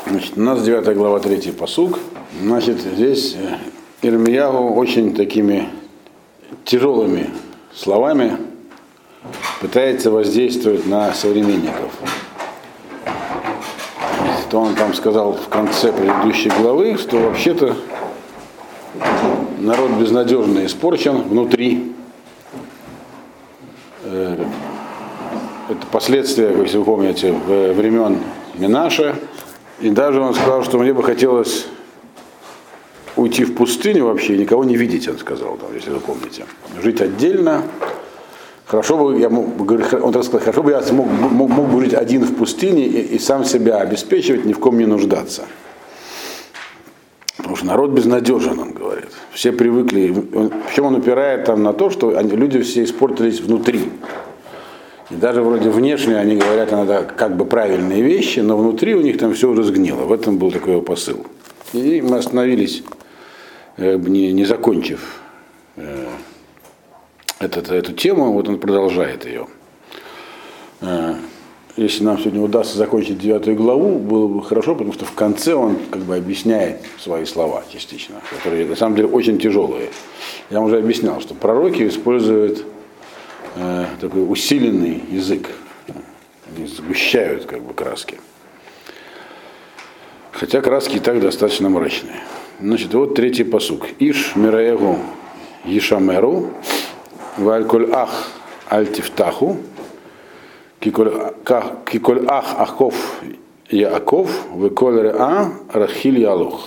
Значит, у нас 9 глава, 3 пасук. Значит, здесь Ирмияху очень такими тяжелыми словами пытается воздействовать на современников. То он там сказал в конце предыдущей главы, что вообще-то народ безнадежно испорчен внутри. Это последствия, если вы помните, времен Менаша. И даже он сказал, что мне бы хотелось уйти в пустыню вообще и никого не видеть, он сказал, там, если вы помните. Жить отдельно. Хорошо бы, он так сказал, хорошо бы я мог бы жить один в пустыне и сам себя обеспечивать, ни в ком не нуждаться. Потому что народ безнадежен, он говорит. Все привыкли. Причем он упирает там на то, что люди все испортились внутри. И даже вроде внешне они говорят иногда как бы правильные вещи, но внутри у них там все уже сгнило. В этом был такой посыл. И мы остановились, не закончив эту тему, вот он продолжает ее. Если нам сегодня удастся закончить 9 главу, было бы хорошо, потому что в конце он как бы объясняет свои слова частично, которые на самом деле очень тяжелые. Я уже объяснял, что пророки используют такой усиленный язык. Они сгущают как бы краски. Хотя краски и так достаточно мрачные. Значит, вот 3 пасук. Иш мираэгу ешамеру вальколь ах альтифтаху киколь ах ахов яаков веколь реа рахиль ялух.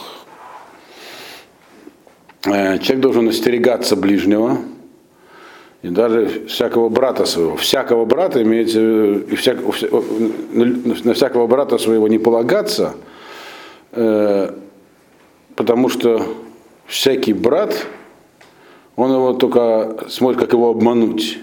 Человек должен остерегаться ближнего, и даже всякого брата своего. Всякого брата имеется, на всякого брата своего не полагаться, потому что всякий брат, он его только смотрит, как его обмануть.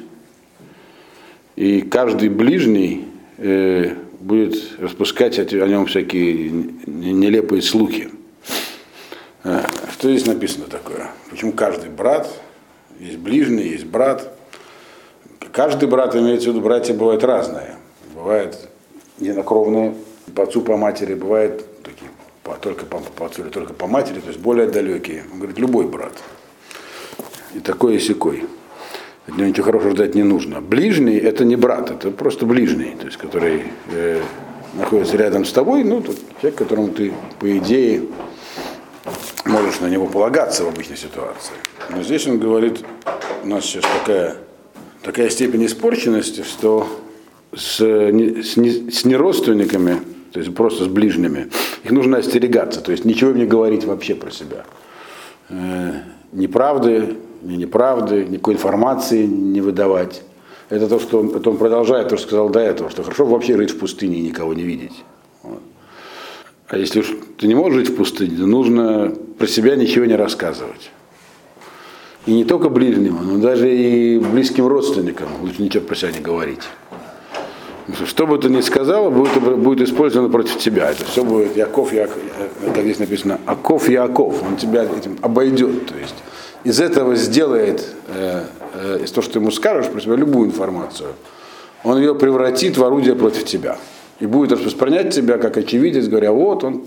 И каждый ближний будет распускать о нем всякие нелепые слухи. Что здесь написано такое? Почему каждый брат? Есть ближний, есть брат. Каждый брат, имеется в виду, братья бывают разные. Бывают единокровные по отцу, по матери, бывают такие только по отцу или только по матери, то есть более далекие. Он говорит, любой брат. И такой, и сякой. От него ничего хорошего ждать не нужно. Ближний — это не брат, это просто ближний, то есть который находится рядом с тобой, ну, тот человек, которому ты, по идее, можешь на него полагаться в обычной ситуации. Но здесь он говорит, у нас сейчас такая степень испорченности, что с неродственниками, то есть просто с ближними, их нужно остерегаться, то есть ничего им не говорить вообще про себя. Неправды, никакой информации не выдавать. Это то, что он продолжает, то, что сказал до этого, что хорошо вообще жить в пустыне и никого не видеть. Вот. А если уж ты не можешь жить в пустыне, то нужно про себя ничего не рассказывать. И не только ближним, но даже и близким родственникам лучше ничего про себя не говорить. Что бы ты ни сказал, будет использовано против тебя. Это все будет Яков, как здесь написано, Аков Яков. Он тебя этим обойдет. То есть из этого сделает, из того, что ты ему скажешь про себя, любую информацию, он ее превратит в орудие против тебя. И будет распространять тебя как очевидец, говоря, вот он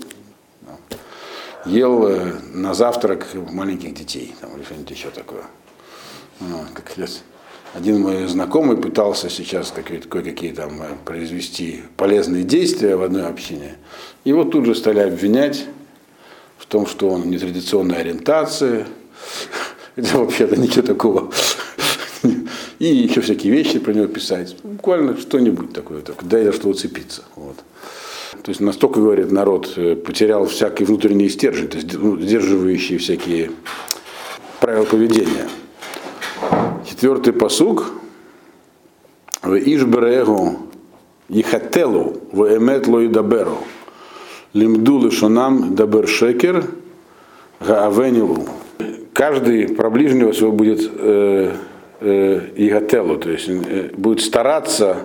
ел на завтрак маленьких детей, там, или что-нибудь еще такое. Как сейчас один мой знакомый пытался сейчас кое-какие там произвести полезные действия в одной общине. Его тут же стали обвинять в том, что он нетрадиционной ориентации. Это вообще-то ничего такого. И еще всякие вещи про него писать. Буквально что-нибудь такое, дай за что уцепиться. Вот. То есть настолько, говорит, народ потерял всякий внутренний стержень, то есть сдерживающие всякие правила поведения. 4 пасук. В Ишберегу Ихателу в Эметлу и Даберу Лимду лишонам Дабер Шекер Гаавенилу. Каждый про ближнего своего будет Ихателу, то есть будет стараться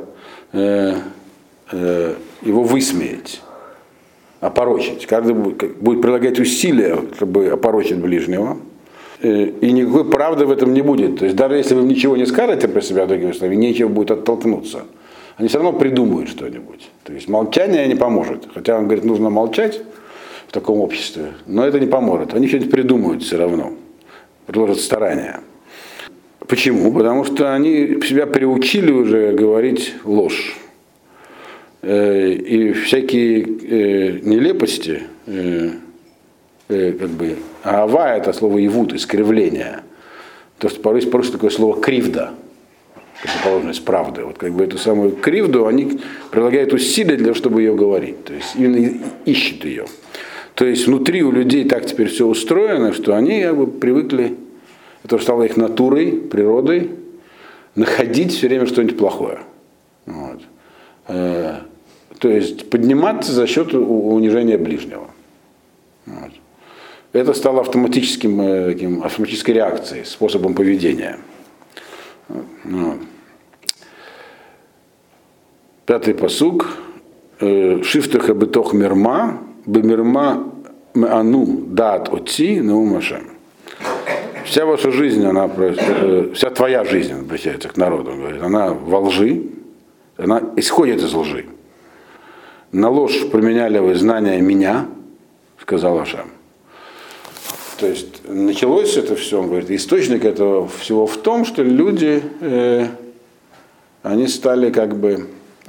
его высмеять, опорочить. Каждый будет прилагать усилия, чтобы опорочить ближнего. И никакой правды в этом не будет. То есть даже если вы ничего не скажете про себя в других условиях, нечего будет оттолкнуться они все равно придумают что-нибудь. То есть молчание не поможет. Хотя он говорит, нужно молчать в таком обществе, но это не поможет. Они что-нибудь придумают все равно, приложат старания. Почему? Потому что они себя приучили уже говорить ложь. И всякие нелепости, как бы, ава это слово ивут, искривление. То, что порой используют такое слово кривда, противоположность правды. Вот как бы эту самую кривду они прилагают усилия для того, чтобы ее говорить. То есть именно ищут ее. То есть внутри у людей так теперь все устроено, что они как бы привыкли, это стало их натурой, природой, находить все время что-нибудь плохое. Вот. То есть подниматься за счет унижения ближнего. Вот. Это стало автоматической реакцией, способом поведения. Вот. Пятый пасук. Шифтах бетох мирма, бемирма меану дат отци наумашем. Вся ваша жизнь, вся твоя жизнь, обращается к народу, говорит, она во лжи, она исходит из лжи. На ложь применяли вы знания меня, сказал Ашем. То есть началось это все, он говорит, источник этого всего в том, что люди, они стали как бы,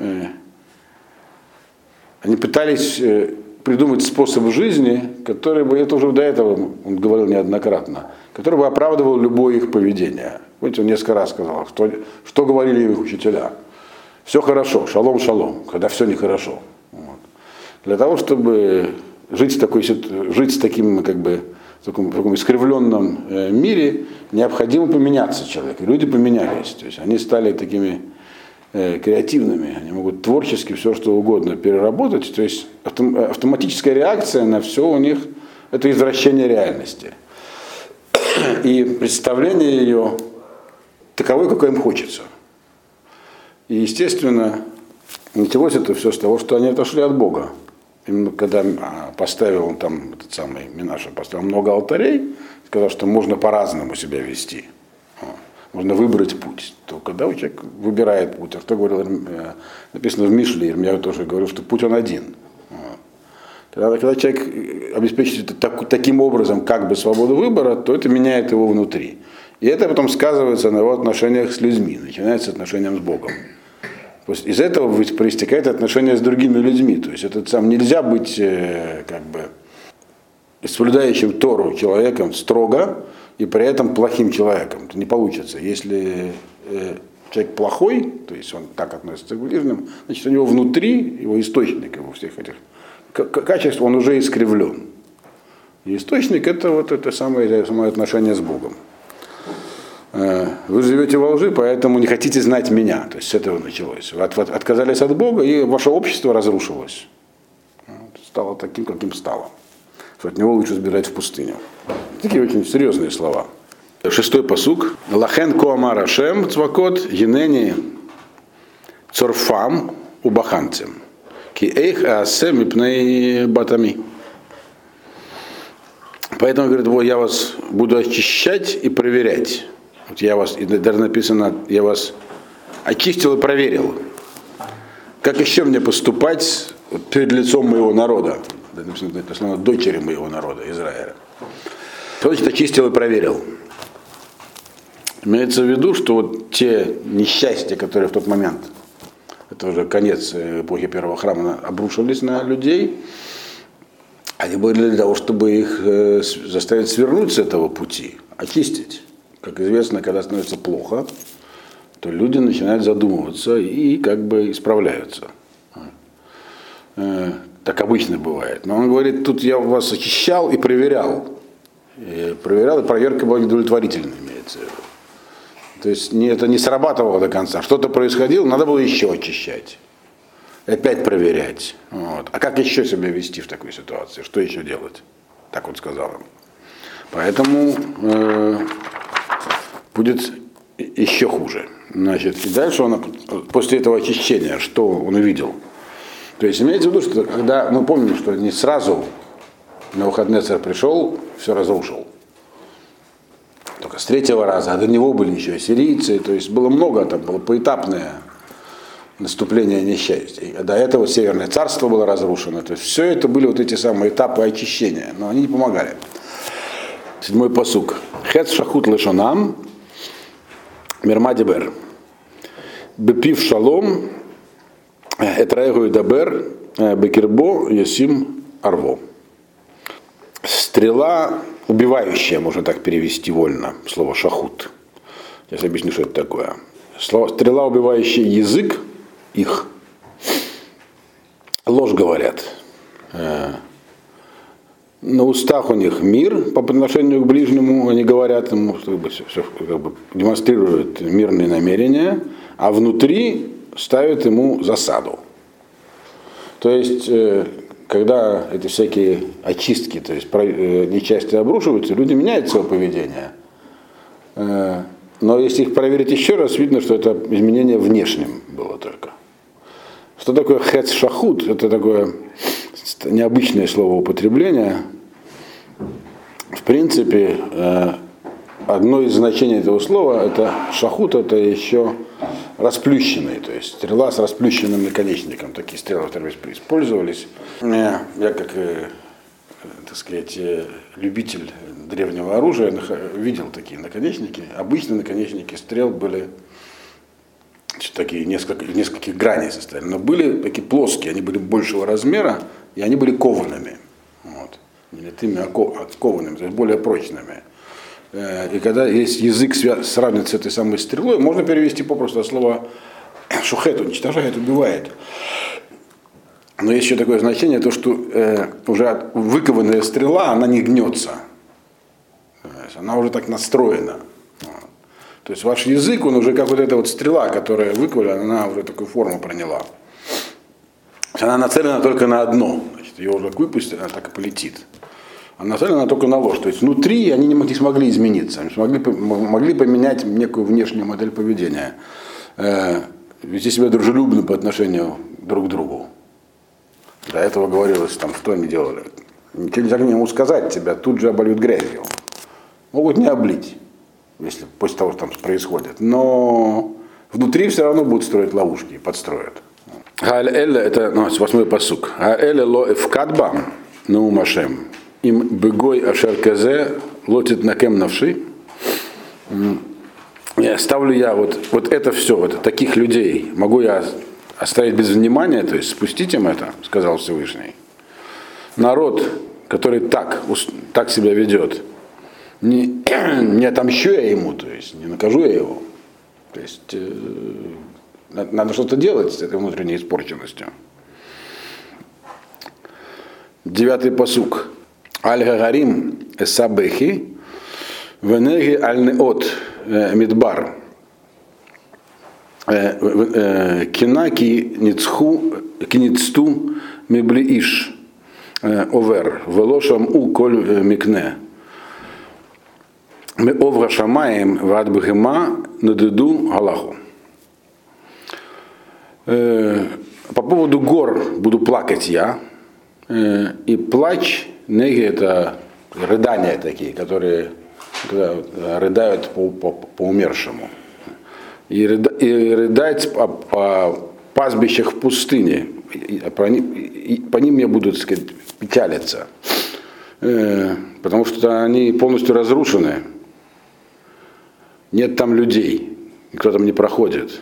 они пытались придумать способ жизни, который бы, это уже до этого он говорил неоднократно, который бы оправдывал любое их поведение. Помните, он несколько раз сказал, что говорили их учителя. Все хорошо, шалом, шалом, когда все нехорошо. Вот. Для того, чтобы жить с таким, как бы, в таком искривленном мире, необходимо поменяться человеку. И люди поменялись. То есть они стали такими креативными, они могут творчески все что угодно переработать. То есть автоматическая реакция на все у них это извращение реальности. И представление ее таковой, какой им хочется. И, естественно, началось это все с того, что они отошли от Бога. Именно когда поставил он там, этот самый Минаша, поставил много алтарей, сказал, что можно по-разному себя вести. Можно выбрать путь. То когда человек выбирает путь, а кто говорил, написано в Мишле, я тоже говорил, что путь он один. Когда человек обеспечивает таким образом как бы свободу выбора, то это меняет его внутри. И это потом сказывается на его отношениях с людьми, начинается с отношением с Богом. Из этого проистекает отношение с другими людьми. То есть нельзя быть как бы соблюдающим Тору человеком строго и при этом плохим человеком. Это не получится. Если человек плохой, то есть он так относится к ближним, значит у него внутри, его источник его всех этих качеств, он уже искривлен. И источник это вот это самое отношение с Богом. Вы живете во лжи, поэтому не хотите знать меня. То есть с этого началось. Вы отказались от Бога, и ваше общество разрушилось. Стало таким, каким стало. Что от него лучше сбежать в пустыню. Такие очень серьезные слова. Шестой пасук. Лахен коамар Ашем цвакот енени цорфам убаханцем. Ки эйх аасем ипней батами. Поэтому, говорит, я вас буду очищать и проверять. Вот я вас, и даже написано, я вас очистил и проверил. Как еще мне поступать перед лицом моего народа? Написано, дочери моего народа, Израиля. Что значит очистил и проверил? Имеется в виду, что вот те несчастья, которые в тот момент, это уже конец эпохи первого храма, обрушились на людей, они были для того, чтобы их заставить свернуть с этого пути, очистить. Как известно, когда становится плохо, то люди начинают задумываться и как бы исправляются. Так обычно бывает. Но он говорит, тут я вас очищал и проверял. И проверка была недовлетворительной, имеется в виду. То есть это не срабатывало до конца. Что-то происходило, надо было еще очищать. И опять проверять. Вот. А как еще себя вести в такой ситуации? Что еще делать? Так вот сказал им. Поэтому будет еще хуже. Значит, и дальше он, после этого очищения, что он увидел? То есть имеется в виду, что когда мы помним, что не сразу Навуходоносор пришел, все разрушил. Только с третьего раза, а до него были еще ассирийцы, то есть было много, там было поэтапное наступления несчастья. До этого Северное царство было разрушено. То есть все это были вот эти самые этапы очищения, но они не помогали. 7-й пасук. Хец шахут лешонам мирма дибер. Бепив шалом этраегу и дабер бекирбо ясим арво. Стрела убивающая, можно так перевести вольно, слово шахут. Сейчас объясню, что это такое. Стрела, убивающая язык их. Ложь говорят. На устах у них мир по отношению к ближнему, они говорят ему, все демонстрируют мирные намерения, а внутри ставят ему засаду. То есть, когда эти всякие очистки, то есть нечасти обрушиваются, люди меняют свое поведение. Но если их проверить еще раз, видно, что это изменение внешним было только. Что такое хец шахут? Это такое необычное слово употребления. В принципе, одно из значений этого слова, это шахут, это еще расплющенный, то есть стрела с расплющенным наконечником. Такие стрелы второй использовались. Я как, так сказать, любитель древнего оружия видел такие наконечники. Обычно наконечники стрел были такие нескольких граней состояли, но были такие плоские, они были большего размера, и они были коваными. Вот. Не литыми, а коваными, то есть более прочными. И когда есть язык сравнен с этой самой стрелой, можно перевести попросту от слова шухет, уничтожает, убивает. Но есть еще такое значение, то, что уже выкованная стрела, она не гнется. Она уже так настроена. То есть ваш язык, он уже как вот эта вот стрела, которая выкована, она уже такую форму приняла. Она нацелена только на одно. Значит, ее уже выпустить, она так и полетит. Она нацелена только на ложь. То есть внутри они не смогли измениться. Они могли поменять некую внешнюю модель поведения. Вести себя дружелюбно по отношению друг к другу. До этого говорилось, там, что они делали. Ничего нельзя к нему сказать, тебя тут же обольют грязью. Могут не облить, если после того, что там происходит. Но внутри все равно будут строить ловушки, подстроят. Это 8-й пасук. Аэле ло эфкадбам наумашем. Им бегой ашерказе лотит накем навши. Ставлю я вот это все, вот таких людей, могу я оставить без внимания, то есть спустить им это, сказал Всевышний. Народ, который так себя ведет, не отомщу я ему, то есть не накажу я его. То есть надо что-то делать с этой внутренней испорченностью. 9-й пасук. Аль-Гагарим эсабехи венеги аль-неот мидбар кинаки ницту миблииш овер велошам у коль микне мы овра шамаем вад бхема надеду галаху. По поводу гор буду плакать я, и плач, неги, это рыдания такие, которые рыдают по умершему. И рыдать по пастбищах в пустыне, по ним я буду, так сказать, печалиться, потому что они полностью разрушены, нет там людей, никто там не проходит,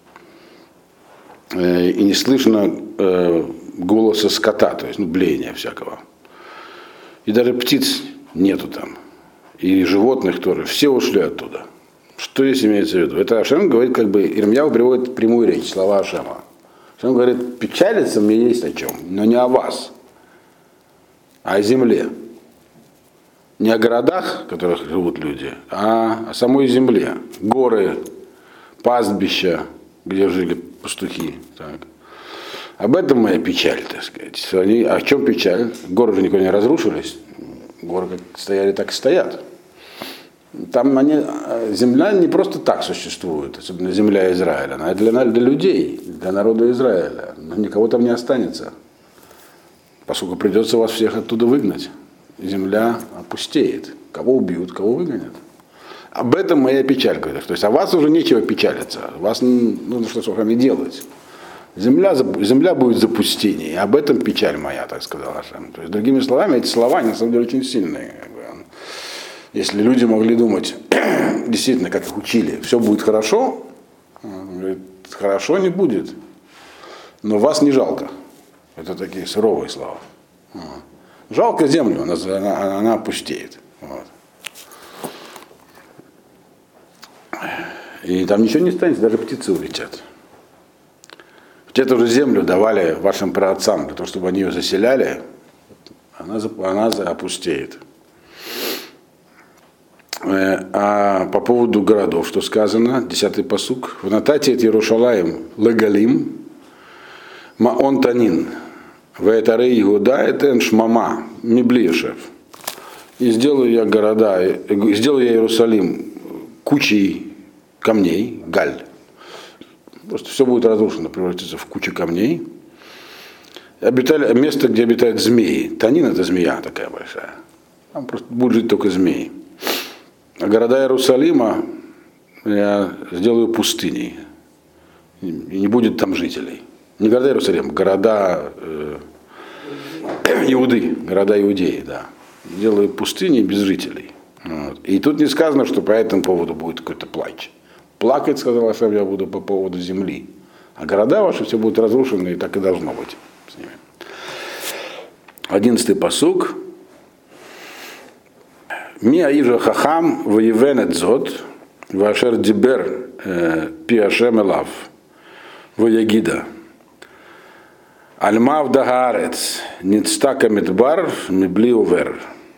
и не слышно голоса скота, то есть блеяния всякого. И даже птиц нету там. И животных тоже. Все ушли оттуда. Что здесь имеется в виду? Это Ашем говорит, как бы, Ирмияу приводит прямую речь, слова Ашема. Ашем говорит, печалиться мне есть о чем, но не о вас, а о земле. Не о городах, в которых живут люди, а о самой земле. Горы, пастбища, где жили пастухи. Так. Об этом моя печаль, так сказать. А в чем печаль? Горы же никуда не разрушились. Горы как стояли, так и стоят. Там земля не просто так существует, особенно земля Израиля. Она для людей, для народа Израиля. Но никого там не останется. Поскольку придется вас всех оттуда выгнать. Земля опустеет. Кого убьют, кого выгонят. Об этом моя печаль, говорит. То есть о вас уже нечего печалиться. Вас нужно что-то с вами делать. Земля будет запустение. И об этом печаль моя, так сказал Ашем. То есть, другими словами, эти слова, на самом деле, очень сильные. Если люди могли думать, действительно, как их учили, все будет хорошо, он говорит, хорошо не будет, но вас не жалко. Это такие суровые слова. Жалко землю, она опустеет. Вот. И там ничего не останется, даже птицы улетят. Эту же землю давали вашим праотцам, для того, чтобы они ее заселяли, она опустеет. А по поводу городов, что сказано, 10-й пасук. В Натате Иерушалаим Легалим Маон Танин Ваэтарей Иуда Этен Шмама Миблиешев. И сделаю я Иерусалим кучей камней, галь. Просто все будет разрушено, превратится в кучу камней. Место, где обитают змеи. Танин — это змея такая большая. Там просто будут жить только змеи. А города Иерусалима я сделаю пустыней. И не будет там жителей. Не города Иерусалима, города Иуды, города Иудеи, да. Делаю пустыни без жителей. Вот. И тут не сказано, что по этому поводу будет какой-то плач. Плакать, сказал Ашем, я буду по поводу земли. А города ваши все будут разрушены, и так и должно быть с ними. 11-й пасук. Ми аижа хахам воевен эдзот, вашер дибер пи Ашем элав, воягида. Альмав дагаарец, ництака медбар, мибли увер.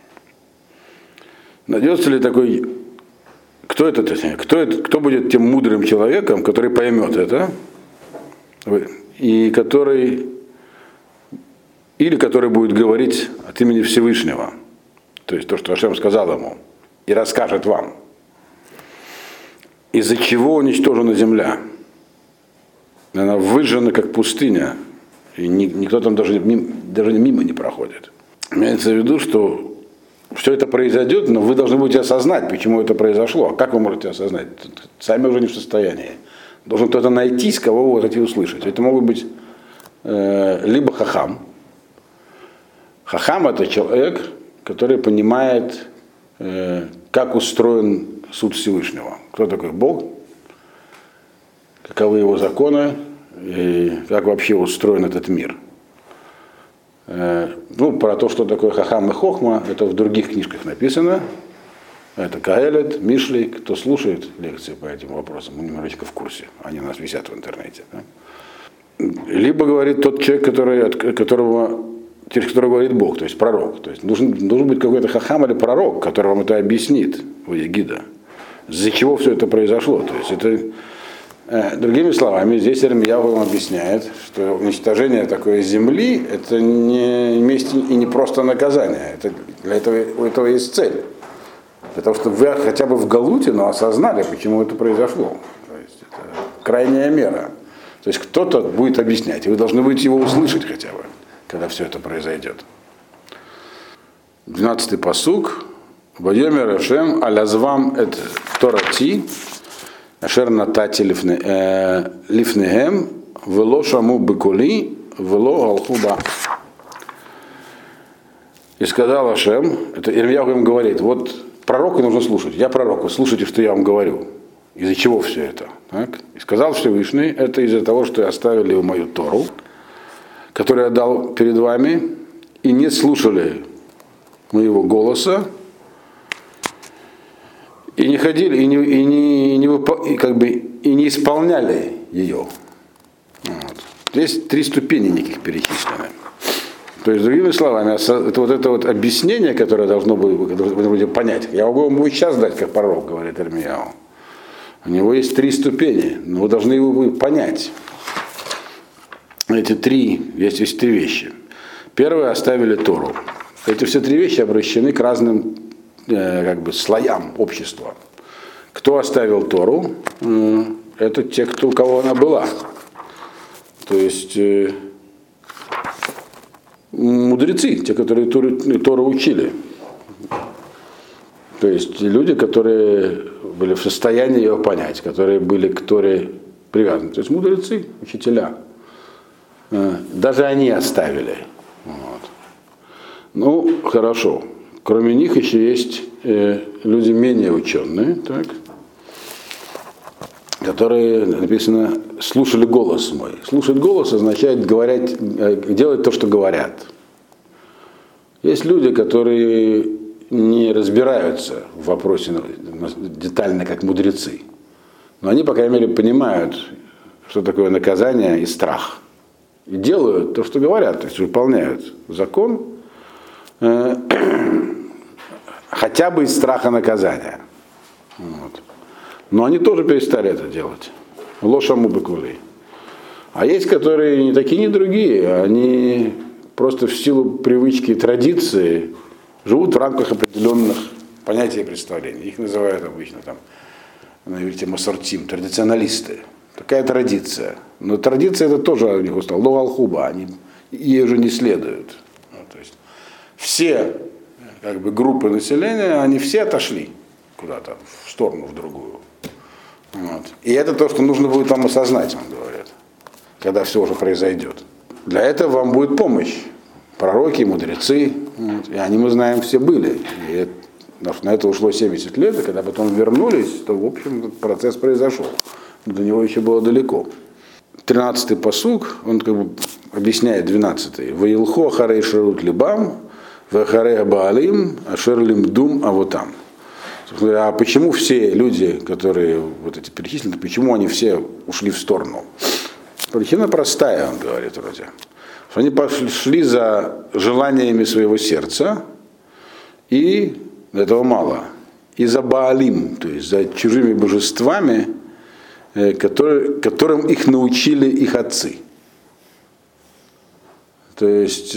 Найдется ли такой, кто будет тем мудрым человеком, который поймет это, и который будет говорить от имени Всевышнего, то есть то, что Ашем сказал ему, и расскажет вам, из-за чего уничтожена земля. Она выжжена, как пустыня, и никто там даже мимо не проходит. Имеется в виду, что все это произойдет, но вы должны будете осознать, почему это произошло. А как вы можете осознать? Сами уже не в состоянии. Должен кто-то найтись, кого вы хотите услышать. Это могут быть либо хахам. Хахам — это человек, который понимает, как устроен суд Всевышнего. Кто такой Бог, каковы его законы, и как вообще устроен этот мир. Про то, что такое хахам и хохма, это в других книжках написано. Это Каэлет, Мишли. Кто слушает лекции по этим вопросам, мы немножечко в курсе. Они у нас висят в интернете. Да? Либо говорит тот человек, которого говорит Бог, то есть пророк. То есть должен быть какой-то хахам или пророк, который вам это объяснит, Воягида, из-за чего все это произошло. То есть это, другими словами, здесь Ирмияу вам объясняет, что уничтожение такой земли — это не месть и не просто наказание. У этого есть цель. Для того, чтобы вы хотя бы в Галуте, но осознали, почему это произошло. То есть это крайняя мера. То есть кто-то будет объяснять, и вы должны будете его услышать хотя бы, когда все это произойдет. 12-й пасук. Вайомер Ашем алязвам эт торати ашер натати лифнеhem вело шаму беколи вело галхуба. И сказал Ашем, это Ирмияу им говорит, вот пророку нужно слушать, я пророк, вы слушайте, что я вам говорю. Из-за чего все это? Так? И сказал Всевышний, это из-за того, что я оставили в мою Тору, которую я дал перед вами, и не слушали моего голоса, и не ходили, и не исполняли ее. Вот. Здесь 3 ступени неких перечислены. То есть, другими словами, это вот объяснение, которое должно быть понять. Я могу вам сейчас дать, как пророк, говорит Ирмияу. У него есть 3 ступени, но вы должны его понять. Есть 3 вещи. Первое — оставили Тору. Эти все 3 вещи обращены к разным слоям общества. Кто оставил Тору? Это те, у кого она была. То есть мудрецы, те, которые Тору учили. То есть люди, которые были в состоянии ее понять, которые были к Торе привязаны. То есть мудрецы, учителя. Даже они оставили. Вот. Ну, хорошо. Кроме них еще есть люди менее ученые, так, которые, написано, слушали голос мой. Слушать голос означает делать то, что говорят. Есть люди, которые не разбираются в вопросе детально, как мудрецы. Но они, по крайней мере, понимают, что такое наказание и страх. И делают то, что говорят, то есть выполняют закон, хотя бы из страха наказания. Вот. Но они тоже перестали это делать. Лошаму бекулей. А есть, которые не такие, ни другие. Они просто в силу привычки и традиции живут в рамках определенных понятий и представлений. Их называют обычно там, на иврите масортим, традиционалисты. Такая традиция. Но традиция это тоже у них устала. Логалхуба, они ей уже не следуют. То есть все как бы, группы населения, они все отошли куда-то, в сторону, в другую. Вот. И это то, что нужно будет вам осознать, вам говорят, когда все уже произойдет. Для этого вам будет помощь. Пророки, мудрецы, вот. И они, мы знаем, все были. И на это ушло 70 лет, и когда потом вернулись, то, в общем, этот процесс произошел. До него еще было далеко. 13-й пасук, он как бы объясняет 12-й. «Ваилхо харей шарут либам, вахарей абаалим, ашер лимдум авотам». А почему все люди, которые вот эти перечислены, почему они все ушли в сторону? Причина простая, он говорит вроде. Что они пошли за желаниями своего сердца, и этого мало. И за Баалим, то есть за чужими божествами, которым их научили их отцы. То есть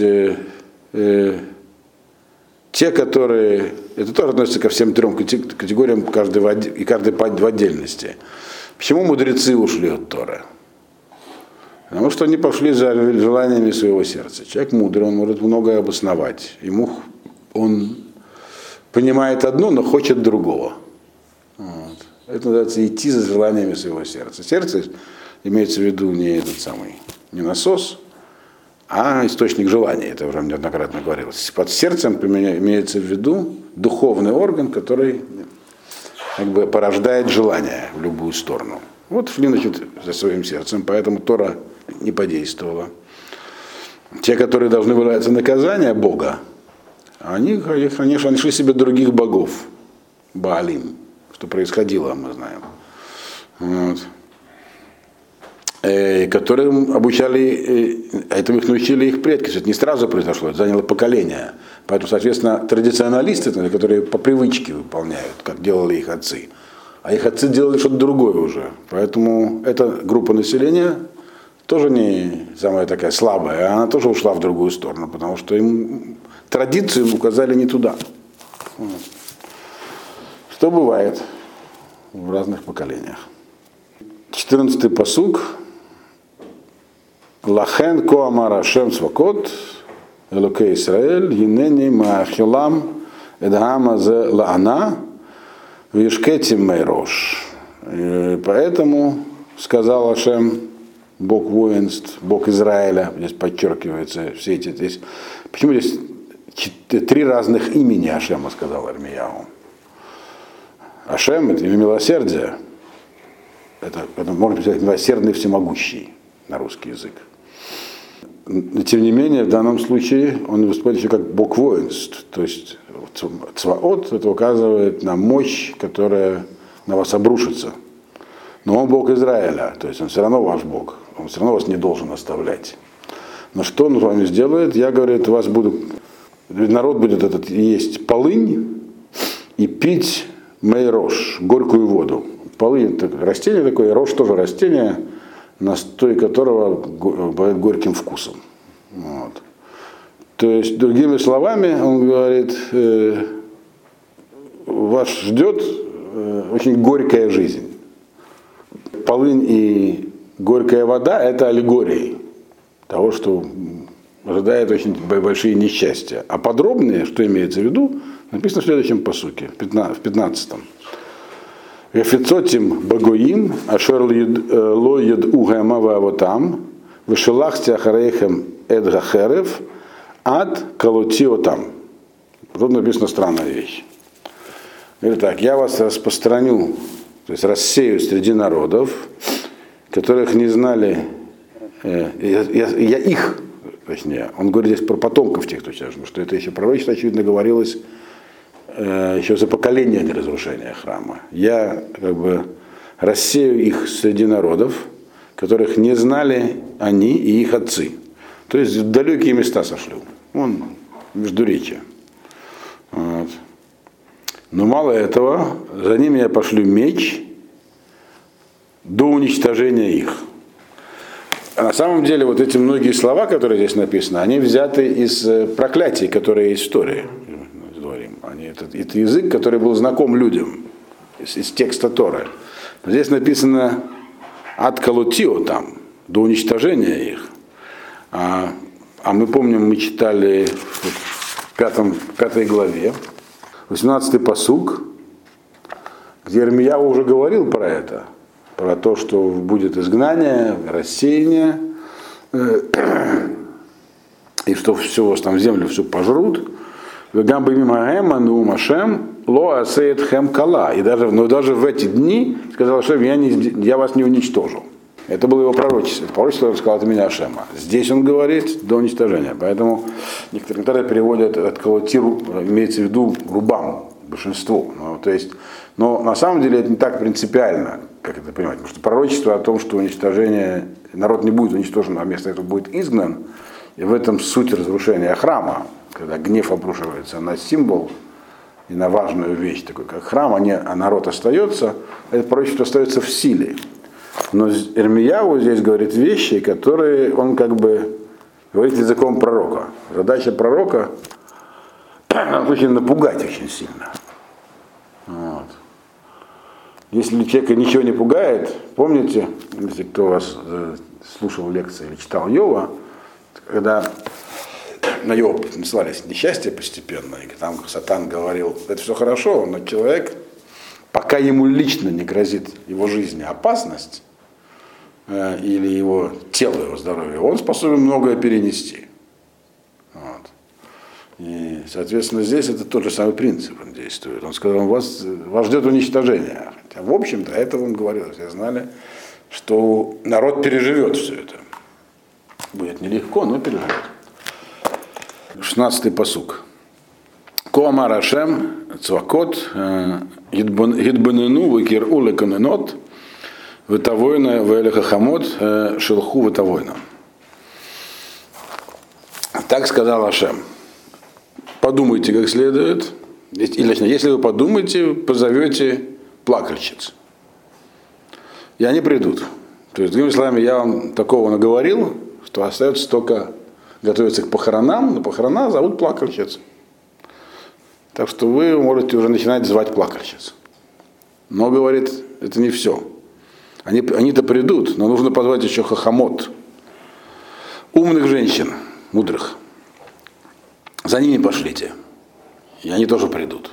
те, которые, это тоже относится ко всем трем категориям, каждый в отдельности. Почему мудрецы ушли от Торы? Потому что они пошли за желаниями своего сердца. Человек мудрый, он может многое обосновать. Он понимает одно, но хочет другого. Вот. Это называется идти за желаниями своего сердца. Сердце имеется в виду не не насос, а источник желания. Это уже неоднократно говорилось. Под сердцем имеется в виду духовный орган, который как бы порождает желание в любую сторону. Вот шли, значит, за своим сердцем, поэтому Тора не подействовала. Те, которые должны выражаться наказание Бога, они, конечно, нашли себе других богов, Баалим, что происходило, мы знаем. Вот. Которым обучали, этому их научили их предки. Это не сразу произошло, это заняло поколение. Поэтому, соответственно, традиционалисты, которые по привычке выполняют, как делали их отцы. А их отцы делали что-то другое уже. Поэтому эта группа населения тоже не самая такая слабая, она тоже ушла в другую сторону, потому что им традицию указали не туда. Вот. Что бывает в разных поколениях. 14-й пасук. Лахен ко амар Ашем цвакот, Элокей Исраэль, Гинени маахилам эдгама зе лаана, вишкетим мейрош. Поэтому сказал Ашем, Бог воинств, Бог Израиля, здесь подчеркивается все эти здесь. Почему здесь 3 разных имени Ашема, сказал Ирмияу? Ашем — это имя милосердия. Это можно сказать милосердный всемогущий на русский язык. Но, тем не менее, в данном случае он выступает еще как Бог воинств. То есть Цваот это указывает на мощь, которая на вас обрушится. Но он Бог Израиля, то есть он все равно ваш Бог. Он все равно вас не должен оставлять. Но что он с вами сделает? Я, говорит, народ будет есть полынь и пить мейрош, горькую воду. Полынь это растение такое, рожь тоже растение, настой которого бывает горьким вкусом. Вот. То есть, другими словами, он говорит, вас ждет очень горькая жизнь. Полынь и горькая вода – это аллегории того, что ожидает очень большие несчастья. А подробнее, что имеется в виду, написано в следующем пасуке, в 15-м. Вефицотим багоим, ашер ло едугэма вавотам, Вышелахте ахарейхем эдгахерев ад калутио там. Тут написана странная вещь. Говорит так, я вас распространю, то есть рассею среди народов, которых не знали, я их, точнее, он говорит здесь про потомков тех, кто сейчас, потому что это еще пророчество, очевидно, говорилось еще за поколение до разрушения храма. Я как бы рассею их среди народов, которых не знали они и их отцы. То есть в далекие места сошлю. Вон, междуречие. Вот. Но мало этого, за ними я пошлю меч до уничтожения их. А на самом деле вот эти многие слова, которые здесь написаны, они взяты из проклятий, которые есть в истории. Это язык, который был знаком людям из текста Торы. Но здесь написано «от калутио» там, до уничтожения их. А мы помним, мы читали в 5 главе, 18-й пасук, где Ирмияу уже говорил про это, про то, что будет изгнание, рассеяние, и что все там землю все пожрут. И даже в эти дни сказал Ашем, я вас не уничтожу. Это было его пророчество. Это пророчество он сказал от имени Ашема. Здесь он говорит до уничтожения. Поэтому некоторые комментаторы переводят от калотиру, имеется в виду рубам, большинству. Но на самом деле это не так принципиально, как это понимать. Потому что пророчество о том, что уничтожение, народ не будет уничтожен, а вместо этого будет изгнан, и в этом суть разрушения храма, когда гнев обрушивается на символ и на важную вещь, такой как храм, а народ остается, это пророчество остается в силе. Но Ирмияу здесь говорит вещи, которые он как бы говорит языком пророка. Задача пророка очень напугать очень сильно. Вот. Если человека ничего не пугает, помните, если кто вас слушал лекции или читал Йова, когда на Йова насылались несчастья постепенно, и там Сатан говорил, это все хорошо, но человек, пока ему лично не грозит его жизни опасность, или его тело, его здоровье, он способен многое перенести. Вот. И, соответственно, здесь это тот же самый принцип он действует. Он сказал, вас ждет уничтожение. Хотя, в общем-то, этого он говорил. Все знали, что народ переживет все это. Будет нелегко, но переживет. 16-й пасук. Коамар Ашем цвакот гидбанену векиру леканенот вытавойна вэлехахамот шелху вытавойна. Так сказал Ашем. Подумайте как следует, или если вы подумаете, позовете плакальщиц. И они придут. То есть, другими словами, я вам такого наговорил, что остается только готовиться к похоронам, на похорона зовут плакальщиц. Так что вы можете уже начинать звать плакальщиц. Но, говорит, это не все. Они-то придут, но нужно позвать еще хахамот. Умных женщин, мудрых. За ними пошлите. И они тоже придут.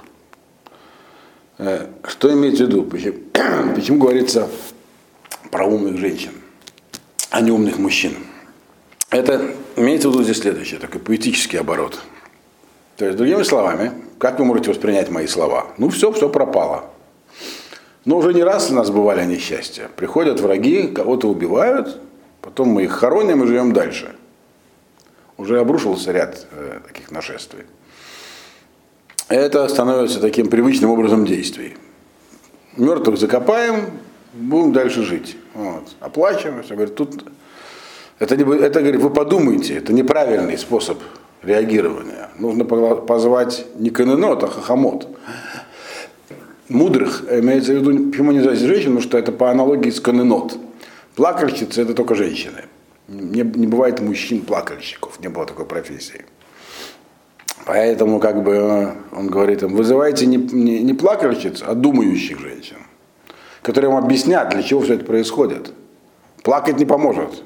Что имеется в виду? Почему говорится про умных женщин, а не умных мужчин? Это имеется в виду здесь следующее, такой поэтический оборот. То есть, другими словами, как вы можете воспринять мои слова? Ну, все пропало. Но уже не раз у нас бывали несчастья. Приходят враги, кого-то убивают, потом мы их хороним и живем дальше. Уже обрушился ряд таких нашествий. Это становится таким привычным образом действий. Мертвых закопаем, будем дальше жить. Вот. Оплачиваем. Говорит, тут это, говорит, вы подумайте, это неправильный способ реагирования. Нужно позвать не каненот, а хахамот. Мудрых, имеется в виду, почему не называется женщин, потому что это по аналогии с каненот. Плакальщицы это только женщины. Не бывает мужчин-плакальщиков, не было такой профессии. Поэтому, как бы, он говорит им, вызывайте не плакальщиц, а думающих женщин, которые вам объяснят, для чего все это происходит. Плакать не поможет.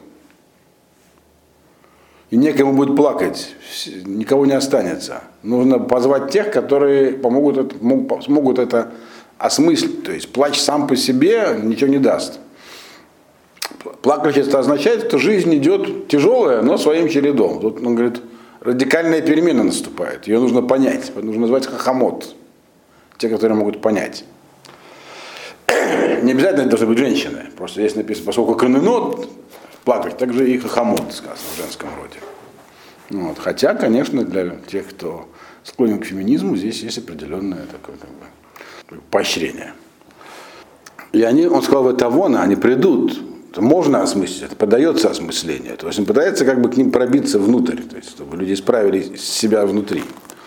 И некому будет плакать, никого не останется. Нужно позвать тех, которые смогут это осмыслить. То есть плач сам по себе ничего не даст. Плакальщица означает, что жизнь идет тяжелая, но своим чередом. Тут, он говорит, радикальная перемена наступает. Ее нужно понять. Нужно назвать хахамот. Те, которые могут понять. Не обязательно это должны быть женщины. Просто здесь написано, поскольку каненот плакать, так же и хахамот сказано в женском роде. Вот. Хотя, конечно, для тех, кто склонен к феминизму, здесь есть определенное такое поощрение. И он сказал, это вон, они придут. Это можно осмыслить, это подается осмысление. То есть он пытается как бы к ним пробиться внутрь, то есть, чтобы люди исправили себя внутри.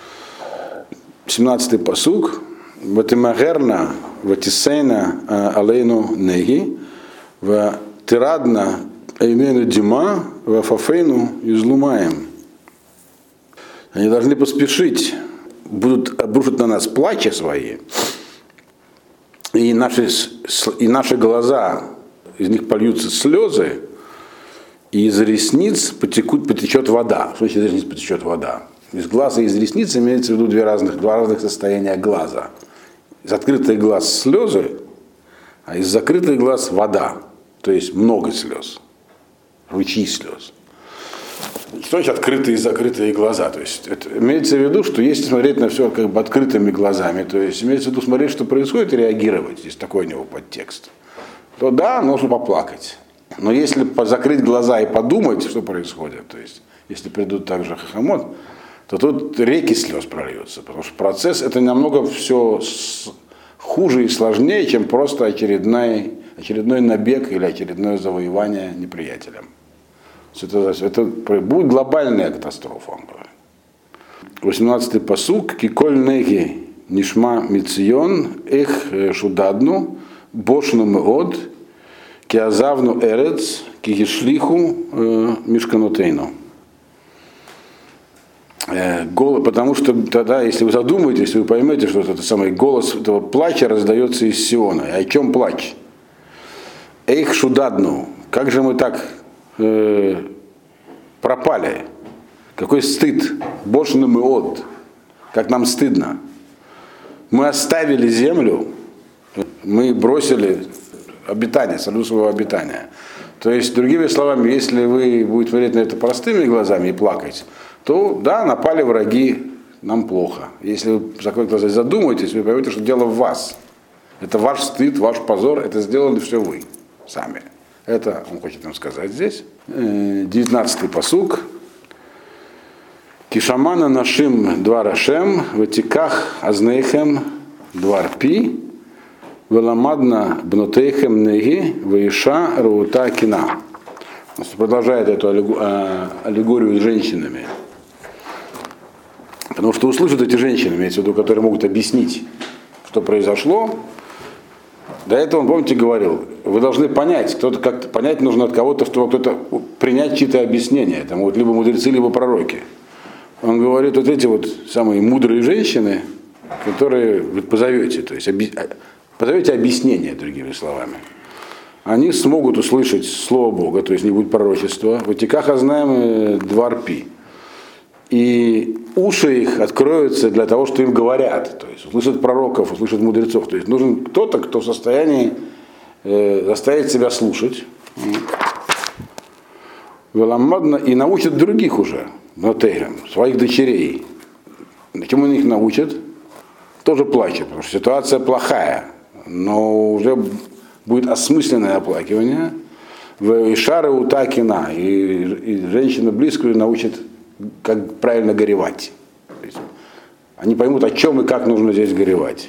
17-й пасук. Ватимагерна, ватисейна алейну неги, ватирадна эйнену дима, вафафейну излумаем. Они должны поспешить, будут обрушить на нас плачи свои, и наши глаза, из них польются слезы, и из ресниц потечет вода. Что значит из ресниц потечет вода? Из глаза и из ресниц имеется в виду два разных состояния глаза. Из открытых глаз слезы, а из закрытых глаз вода. То есть много слез. Ручьи слез. Что значит открытые и закрытые глаза? То есть это имеется в виду, что если смотреть на все как бы открытыми глазами, то есть имеется в виду смотреть, что происходит, и реагировать, здесь такой у него подтекст, то да, нужно поплакать. Но если закрыть глаза и подумать, что происходит, то есть если придут также хахамот, то тут реки слез прольются, потому что процесс это намного все хуже и сложнее, чем просто очередной набег или очередное завоевание неприятелем. Это будет глобальная катастрофа, он говорит. 18-й пасук. Киколь неги нишма мицион эх шудадну бошну меод киазавну эрец кигишлиху мишканутейну. Потому что тогда, если вы задумаетесь, вы поймете, что это самый голос этого плача раздается из Сиона. И о чем плач? Эйх шудадну. Как же мы так пропали? Какой стыд. Бошну меод. Как нам стыдно. Мы оставили землю, мы бросили обитание, среду своего обитания. То есть, другими словами, если вы будете смотреть на это простыми глазами и плакать, то да, напали враги, нам плохо. Если вы закроете глаза и задумаетесь, вы поймете, что дело в вас. Это ваш стыд, ваш позор, это сделали все вы сами. Это он хочет нам сказать здесь. 19-й пасук. Кишамана нашим дварашем, ватиках азнейхем дварпи, веламадна бнотейхем неги, ваиша раута кина. Продолжает эту аллегорию с женщинами. Потому что услышат эти женщины, имеется в виду, которые могут объяснить, что произошло. До этого он, помните, говорил, вы должны понять, кто-то как-то понять нужно от кого-то, что кто-то принять чьи-то объяснения. Это могут либо мудрецы, либо пророки. Он говорит, вот эти вот самые мудрые женщины, которые вы позовете, то есть позовете объяснение, другими словами. Они смогут услышать Слово Бога, то есть не будет пророчества. В Ватиках знаем дварпи. И уши их откроются для того, что им говорят. То есть услышат пророков, услышат мудрецов. То есть нужен кто-то, кто в состоянии заставить себя слушать. И научат других уже, своих дочерей. Чему их научат? Тоже плачут, потому что ситуация плохая. Но уже будет осмысленное оплакивание. В Ишара Утакина. И женщина близкую научит, как правильно горевать. Они поймут, о чем и как нужно здесь горевать.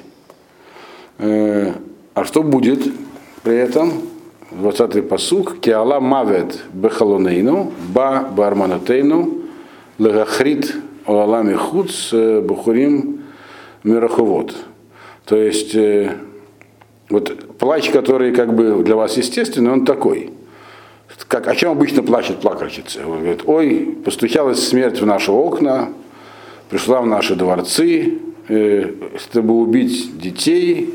А что будет при этом? 20-й пасук. Киала мавет бехалонейну, ба барманатейну, лагахрит олалами хуц бухурим мираховод. То есть, вот плач, который как бы для вас естественный, он такой. Как, о чем обычно плачет плакальщица? Он говорит, ой, постучалась смерть в наши окна, пришла в наши дворцы, чтобы убить детей,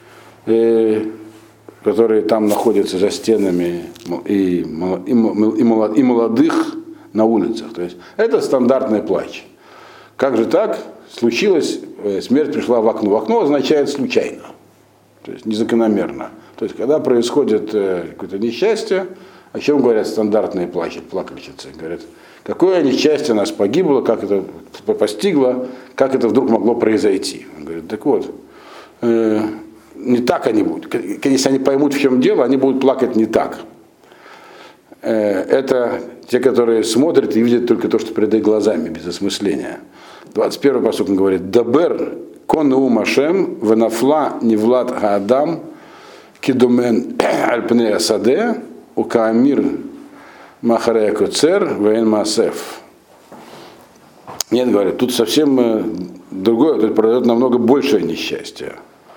которые там находятся за стенами, и молодых на улицах. То есть это стандартный плач. Как же так? Случилось, смерть пришла в окно. В окно означает случайно, то есть незакономерно. То есть когда происходит какое-то несчастье, О чем говорят стандартные плакальщицы? Говорят, какое несчастье нас погибло, как это постигло, как это вдруг могло произойти. Он говорит, так вот, не так они будут. Если они поймут, в чем дело, они будут плакать не так. Это те, которые смотрят и видят только то, что перед их глазами, без осмысления. 21-й пасук он говорит, «Дабер конеу машем венафла невлад хаадам кидумен альпне асаде укаамир махарея коцер вен маасеф». Нет, говорят, тут совсем другое, тут произойдет намного большее несчастье.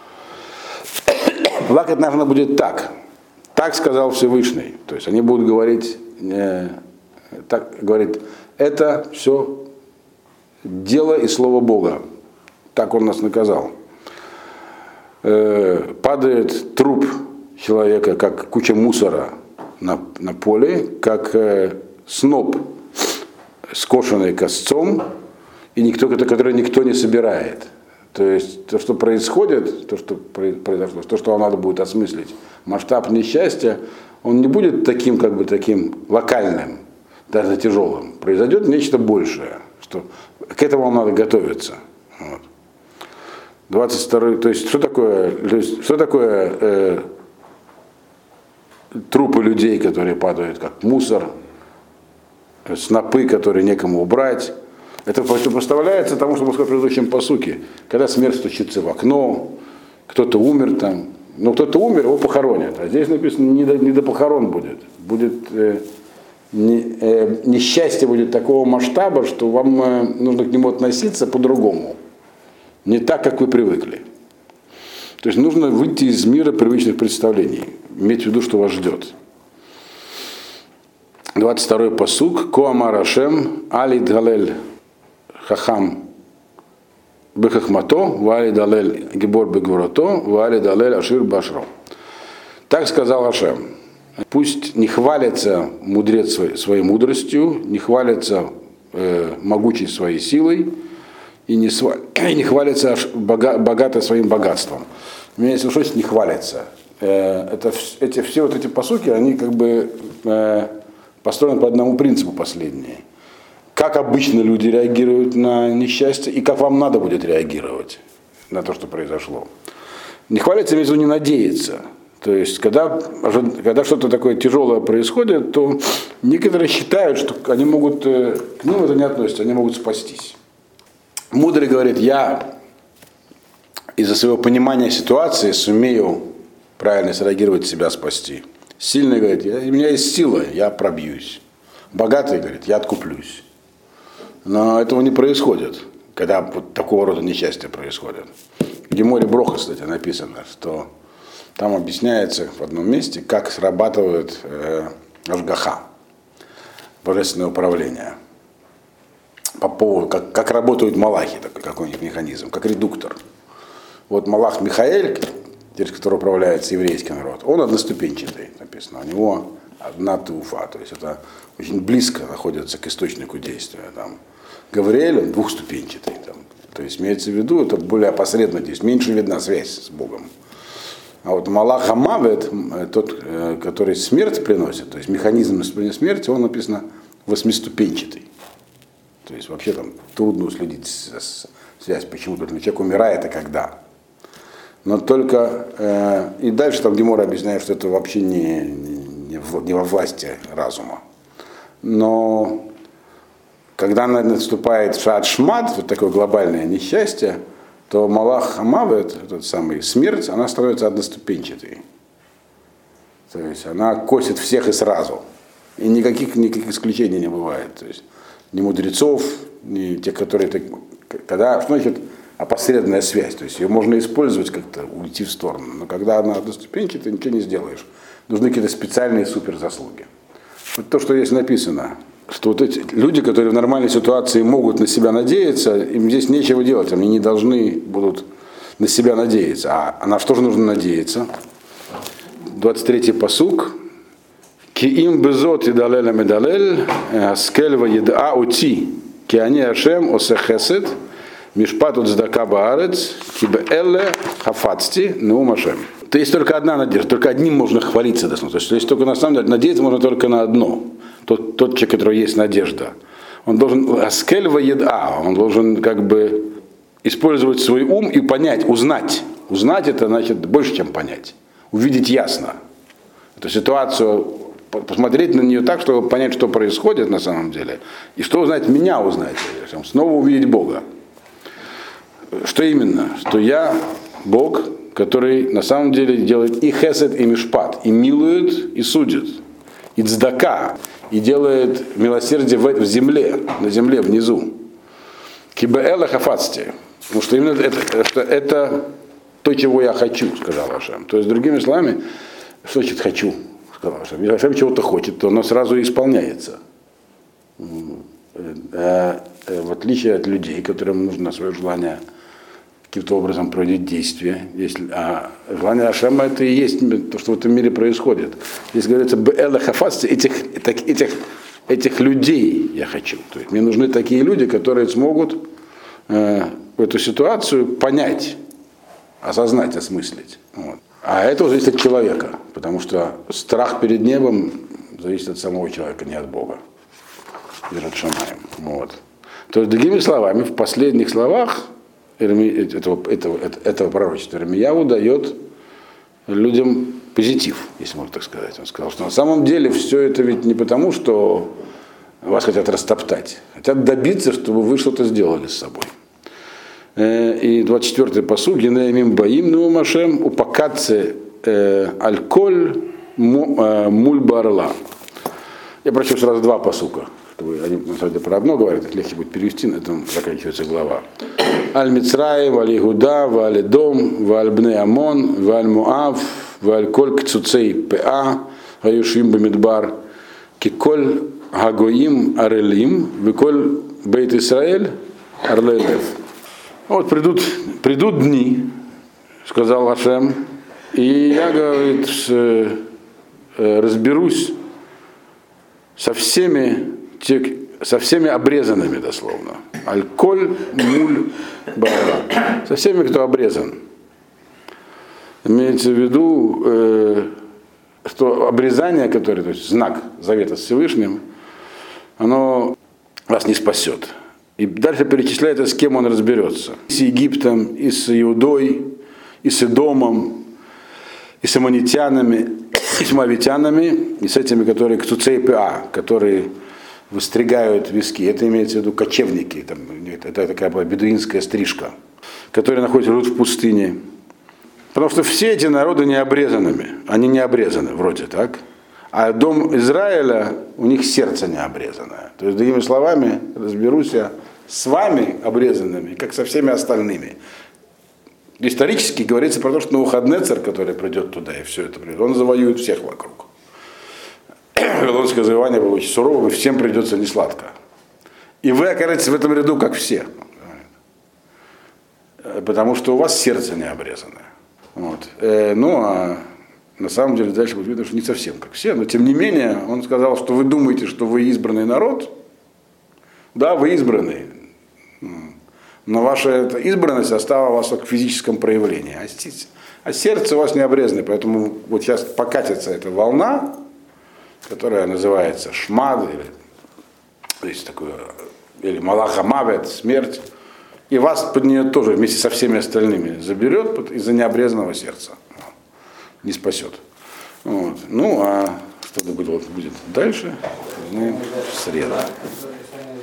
Плакать нужно будет так. Так сказал Всевышний. То есть они будут говорить, так говорит, это все дело и слово Бога. Так он нас наказал. Падает труп человека, как куча мусора на поле, как сноп, скошенный косцом, и который никто не собирает. То есть то, что происходит, то, что произошло, то, что вам надо будет осмыслить, масштаб несчастья, он не будет таким, как бы таким локальным, даже тяжелым. Произойдет нечто большее, что к этому вам надо готовиться. Вот. 22-й, то есть что такое трупы людей, которые падают как мусор, снопы, которые некому убрать. Это противопоставляется тому, что мы сказали в предыдущем пасуке, когда смерть стучится в окно, кто-то умер там, но кто-то умер, его похоронят. А здесь написано, не до похорон будет. Несчастье будет такого масштаба, что вам нужно к нему относиться по-другому. Не так, как вы привыкли. То есть нужно выйти из мира привычных представлений, иметь в виду, что вас ждет. 22-й пасук. Коамар Ашем али галель хахам бехахмато, вали далель гибор бегвурато, вали далель ашир башро. Так сказал Ашем. Пусть не хвалится мудрец своей мудростью, не хвалится могучий своей силой, и не хвалится богато своим богатством. Меня если что, не хвалится. Все вот эти пасуки, они как бы построены по одному принципу последние. Как обычно люди реагируют на несчастье и как вам надо будет реагировать на то, что произошло. Не хвалится, имеется в виду не надеяться. То есть, когда что-то такое тяжелое происходит, то некоторые считают, что они могут, к ним это не относится, они могут спастись. Мудрый говорит, я из-за своего понимания ситуации сумею правильно среагировать, себя спасти. Сильный говорит, у меня есть сила, я пробьюсь. Богатый говорит, я откуплюсь. Но этого не происходит, когда вот такого рода несчастья происходит. В Геморе Броха, кстати, написано, что там объясняется в одном месте, как срабатывает ашгаха, божественное управление. По поводу, как работают малахи, какой у них механизм, как редуктор. Вот малах Михаэль, через который управляется еврейский народ, он одноступенчатый, написано. У него одна туфа, то есть это очень близко находится к источнику действия. Там. Гавриэль, он двухступенчатый. Там. То есть имеется в виду, это более опосредованно действие, меньше видна связь с Богом. А вот Малах Амавет, тот, который смерть приносит, то есть механизм смерти, он написано восьмиступенчатый. То есть вообще там трудно уследить связь, почему человек умирает и когда. Но только, и дальше там Гемора объясняет, что это вообще не во власти разума. Но когда наступает шат шмат, вот такое глобальное несчастье, то Малах Амавет, этот самый смерть, она становится одноступенчатой. То есть она косит всех и сразу. И никаких исключений не бывает. То есть ни мудрецов, ни тех, которые... Когда, что значит опосредованная связь? То есть ее можно использовать как-то, уйти в сторону. Но когда она одноступенчатая, ничего не сделаешь. Нужны какие-то специальные суперзаслуги. Вот то, что здесь написано, что вот эти люди, которые в нормальной ситуации могут на себя надеяться, им здесь нечего делать, они не должны будут на себя надеяться. А на что же нужно надеяться? 23-й пасук. Киим безот и далеля медалель, скельва еда ути, киани ашем осехесет, мишпат от здака баарец, кибе элле хафацти неум ашем. то есть только одна надежда, только одним можно хвалиться. То есть только на самом деле надеяться можно только на одно. Тот человек, у которого есть надежда. Он должен аскельва еда, он должен как бы использовать свой ум и понять, узнать. Узнать это значит больше, чем понять. Увидеть ясно. Эту ситуацию, посмотреть на нее так, чтобы понять, что происходит на самом деле. И что узнать, меня узнать. Снова увидеть Бога. Что именно? Что я Бог, который на самом деле делает и хесед, и мишпат, и милует, и судит, и цдака, и делает милосердие в земле, на земле внизу. Кибеэла хафацти. Потому что именно это то, чего я хочу, сказал Ашем. То есть, другими словами, что значит хочу, сказал Ашем. Если Ашем чего-то хочет, то оно сразу и исполняется. В отличие от людей, которым нужно свое желание каким-то образом проводить действие. А желание Ашема это и есть то, что в этом мире происходит. Здесь говорится, бэла хафасти, этих людей я хочу. То есть мне нужны такие люди, которые смогут эту ситуацию понять, осознать, осмыслить. Вот. А это уже зависит от человека, потому что страх перед небом зависит от самого человека, не от Бога. Вот. То есть, другими словами, в последних словах этого пророчества Ирмияу дает людям позитив, если можно так сказать. Он сказал, что на самом деле все это ведь не потому, что вас хотят растоптать, хотят добиться, чтобы вы что-то сделали с собой. И 24-й пасук, Генеямим Баим Нуумашем, Упакатце Альколь Мульбарла. Я прочел сразу два пасука. Они на самом деле про одно говорят, это легче будет перевести, на этом заканчивается глава. Аль-Мицраи, Валь-Игуда, Валь-Дом, Валь-Бне Амон, Валь-Муав, Валь-Коль Кцуцей Пеа, Аюшим Бамидбар, Киколь Гагоим Арелим, Виколь Бейт Исраэль Арлелев. Вот придут дни, сказал Ашем, и я, говорит, разберусь со всеми обрезанными, дословно. Аль-коль муль бара. Со всеми, кто обрезан. Имеется в виду, что обрезание, которое, то есть знак завета с Всевышним, оно вас не спасет. И дальше перечисляется, с кем он разберется. И с Египтом, и с Иудой, и с Эдомом, и с аммонитянами, и с моавитянами, и с этими, которые Кцуцей Пеа, которые выстригают виски. Это имеется в виду кочевники, это такая была бедуинская стрижка, которые находятся в пустыне. Потому что все эти народы не обрезанными, они не обрезаны вроде так. А дом Израиля, у них сердце не обрезанное. То есть, другими словами, разберусь я с вами обрезанными, как со всеми остальными. Исторически говорится про то, что Навуходоносор, который придет туда и все это придет, он завоюет всех вокруг. Вавилонское завоевание было очень суровым, и всем придется несладко. И вы окажетесь в этом ряду, как все. Потому что у вас сердце не обрезанное. Вот. Ну, а на самом деле дальше будет видно, что не совсем как все, но тем не менее он сказал, что вы думаете, что вы избранный народ. Да, вы избранный, но ваша избранность осталась у вас только в физическом проявлении, а сердце у вас не обрезанное, поэтому вот сейчас покатится эта волна, которая называется шмад, или малаха мавет, смерть, и вас под нее тоже вместе со всеми остальными заберет из-за необрезанного сердца. Не спасет. Вот. Ну, а что будет дальше, узнаем в среду.